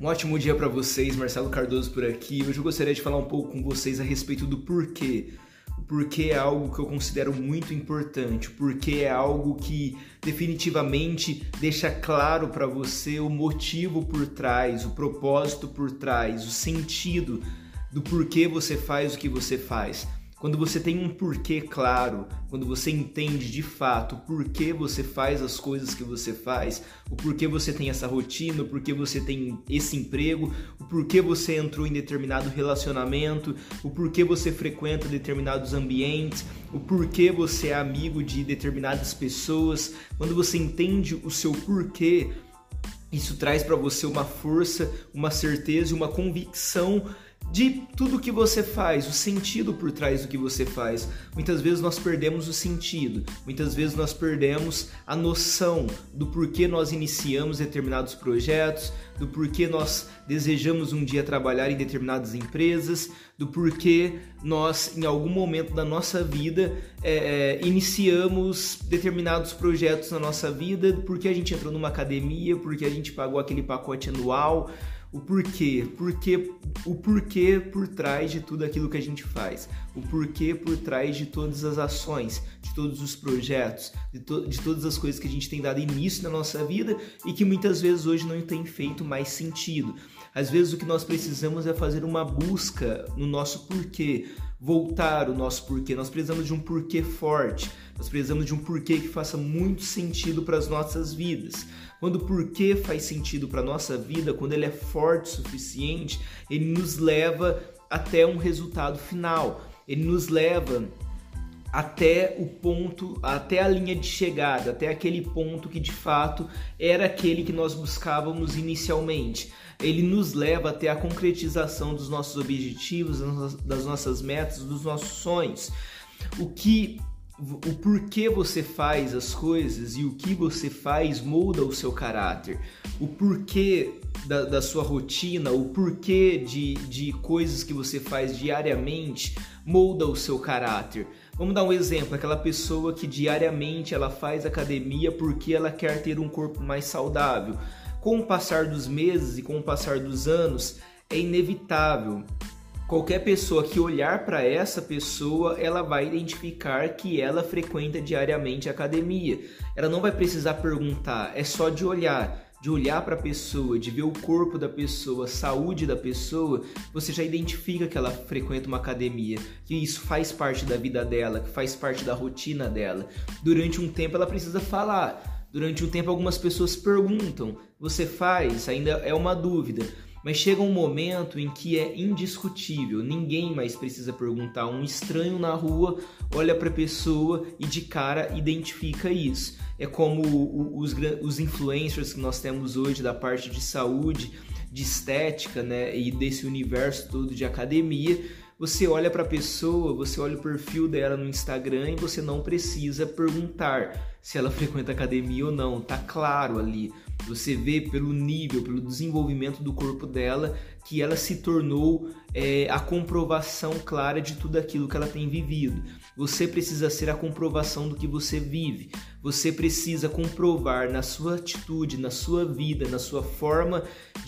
Um ótimo dia para vocês, Marcelo Cardoso por aqui. Hoje eu gostaria de falar um pouco com vocês a respeito do porquê. O porquê é algo que eu considero muito importante, o porquê é algo que definitivamente deixa claro para você o motivo por trás, o propósito por trás, o sentido do porquê você faz o que você faz. Quando você tem um porquê claro, quando você entende de fato o porquê você faz as coisas que você faz, o porquê você tem essa rotina, o porquê você tem esse emprego, o porquê você entrou em determinado relacionamento, o porquê você frequenta determinados ambientes, o porquê você é amigo de determinadas pessoas, quando você entende o seu porquê, isso traz para você uma força, uma certeza e uma convicção de tudo que você faz, o sentido por trás do que você faz. Muitas vezes nós perdemos o sentido, muitas vezes nós perdemos a noção do porquê nós iniciamos determinados projetos, do porquê nós desejamos um dia trabalhar em determinadas empresas, do porquê nós, em algum momento da nossa vida, iniciamos determinados projetos na nossa vida, do porquê a gente entrou numa academia, porque a gente pagou aquele pacote anual. O porquê por trás de tudo aquilo que a gente faz, o porquê por trás de todas as ações, de todos os projetos, de todas as coisas que a gente tem dado início na nossa vida e que muitas vezes hoje não tem feito mais sentido. Às vezes o que nós precisamos é fazer uma busca no nosso porquê, voltar o nosso porquê. Nós precisamos de um porquê forte, nós precisamos de um porquê que faça muito sentido para as nossas vidas. Quando o porquê faz sentido para a nossa vida, quando ele é forte o suficiente, ele nos leva até um resultado final, ele nos leva até o ponto, até a linha de chegada, até aquele ponto que de fato era aquele que nós buscávamos inicialmente. Ele nos leva até a concretização dos nossos objetivos, das nossas metas, dos nossos sonhos. O porquê você faz as coisas e o que você faz molda o seu caráter. O porquê da sua rotina, o porquê de coisas que você faz diariamente molda o seu caráter. Vamos dar um exemplo, aquela pessoa que diariamente ela faz academia porque ela quer ter um corpo mais saudável. Com o passar dos meses e com o passar dos anos, é inevitável. Qualquer pessoa que olhar para essa pessoa, ela vai identificar que ela frequenta diariamente a academia. Ela não vai precisar perguntar, é só de olhar para a pessoa, de ver o corpo da pessoa, a saúde da pessoa, você já identifica que ela frequenta uma academia, que isso faz parte da vida dela, que faz parte da rotina dela. Durante um tempo ela precisa falar. Durante um tempo algumas pessoas perguntam, você faz? Ainda é uma dúvida. Mas chega um momento em que é indiscutível, ninguém mais precisa perguntar. Um estranho na rua olha para a pessoa e de cara identifica isso. É como os influencers que nós temos hoje da parte de saúde, de estética, né, e desse universo todo de academia. Você olha para a pessoa, você olha o perfil dela no Instagram e você não precisa perguntar se ela frequenta academia ou não, tá claro ali. Você vê pelo nível, pelo desenvolvimento do corpo dela que ela se tornou a comprovação clara de tudo aquilo que ela tem vivido. Você precisa ser a comprovação do que você vive. Você precisa comprovar na sua atitude, na sua vida, na sua forma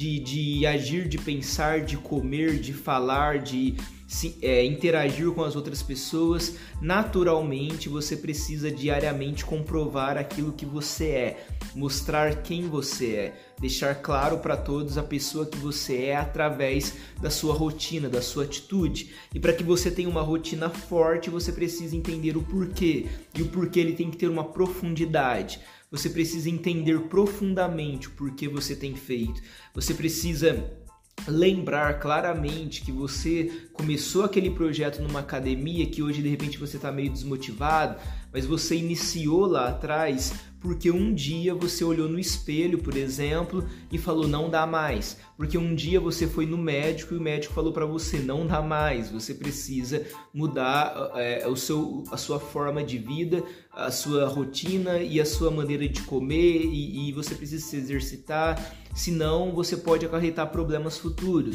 de agir, de pensar, de comer, de falar, de interagir com as outras pessoas. Naturalmente você precisa diariamente comprovar aquilo que você é, mostrar quem você é, deixar claro para todos a pessoa que você é através da sua rotina, da sua atitude. E para que você tenha uma rotina forte, você precisa entender o porquê, e o porquê ele tem que ter uma profundidade. Você precisa entender profundamente o porquê você tem feito. Você precisa lembrar claramente que você começou aquele projeto numa academia, que hoje de repente você está meio desmotivado, mas você iniciou lá atrás porque um dia você olhou no espelho, por exemplo, e falou não dá mais. Porque um dia você foi no médico e o médico falou para você não dá mais, você precisa mudar a sua forma de vida, a sua rotina e a sua maneira de comer, e você precisa se exercitar, senão você pode acarretar problemas futuros.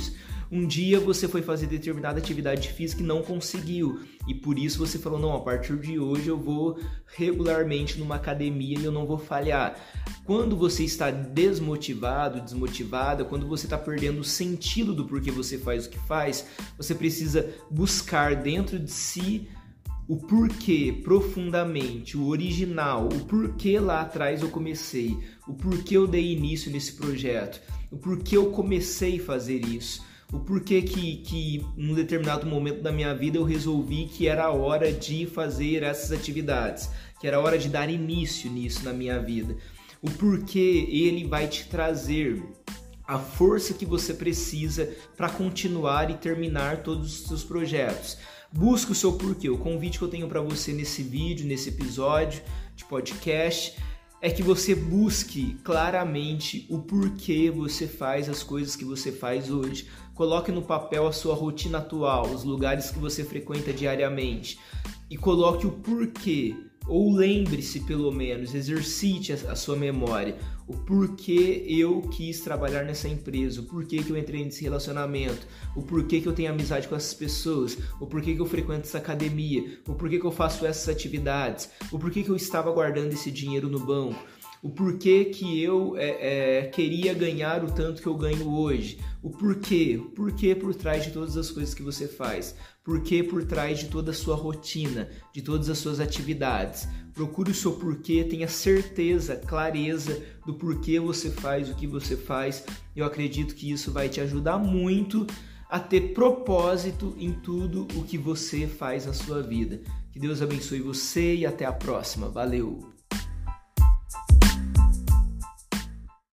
Um dia você foi fazer determinada atividade física e não conseguiu, e por isso você falou, não, a partir de hoje eu vou regularmente numa academia e eu não vou falhar. Quando você está desmotivado, desmotivada, quando você está perdendo o sentido do porquê você faz o que faz, você precisa buscar dentro de si o porquê profundamente, o original, o porquê lá atrás eu comecei, o porquê eu dei início nesse projeto, o porquê eu comecei a fazer isso, o porquê que em um determinado momento da minha vida eu resolvi que era a hora de fazer essas atividades, que era a hora de dar início nisso na minha vida. O porquê ele vai te trazer a força que você precisa para continuar e terminar todos os seus projetos. Busque o seu porquê. O convite que eu tenho para você nesse vídeo, nesse episódio de podcast, é que você busque claramente o porquê você faz as coisas que você faz hoje. Coloque no papel a sua rotina atual, os lugares que você frequenta diariamente e coloque o porquê. Ou lembre-se, pelo menos, exercite a sua memória. O porquê eu quis trabalhar nessa empresa, o porquê que eu entrei nesse relacionamento, o porquê que eu tenho amizade com essas pessoas, o porquê que eu frequento essa academia, o porquê que eu faço essas atividades, o porquê que eu estava guardando esse dinheiro no banco, o porquê que eu queria ganhar o tanto que eu ganho hoje, o porquê por trás de todas as coisas que você faz, porquê por trás de toda a sua rotina, de todas as suas atividades. Procure o seu porquê, tenha certeza, clareza do porquê você faz o que você faz. Eu acredito que isso vai te ajudar muito a ter propósito em tudo o que você faz na sua vida. Que Deus abençoe você e até a próxima. Valeu!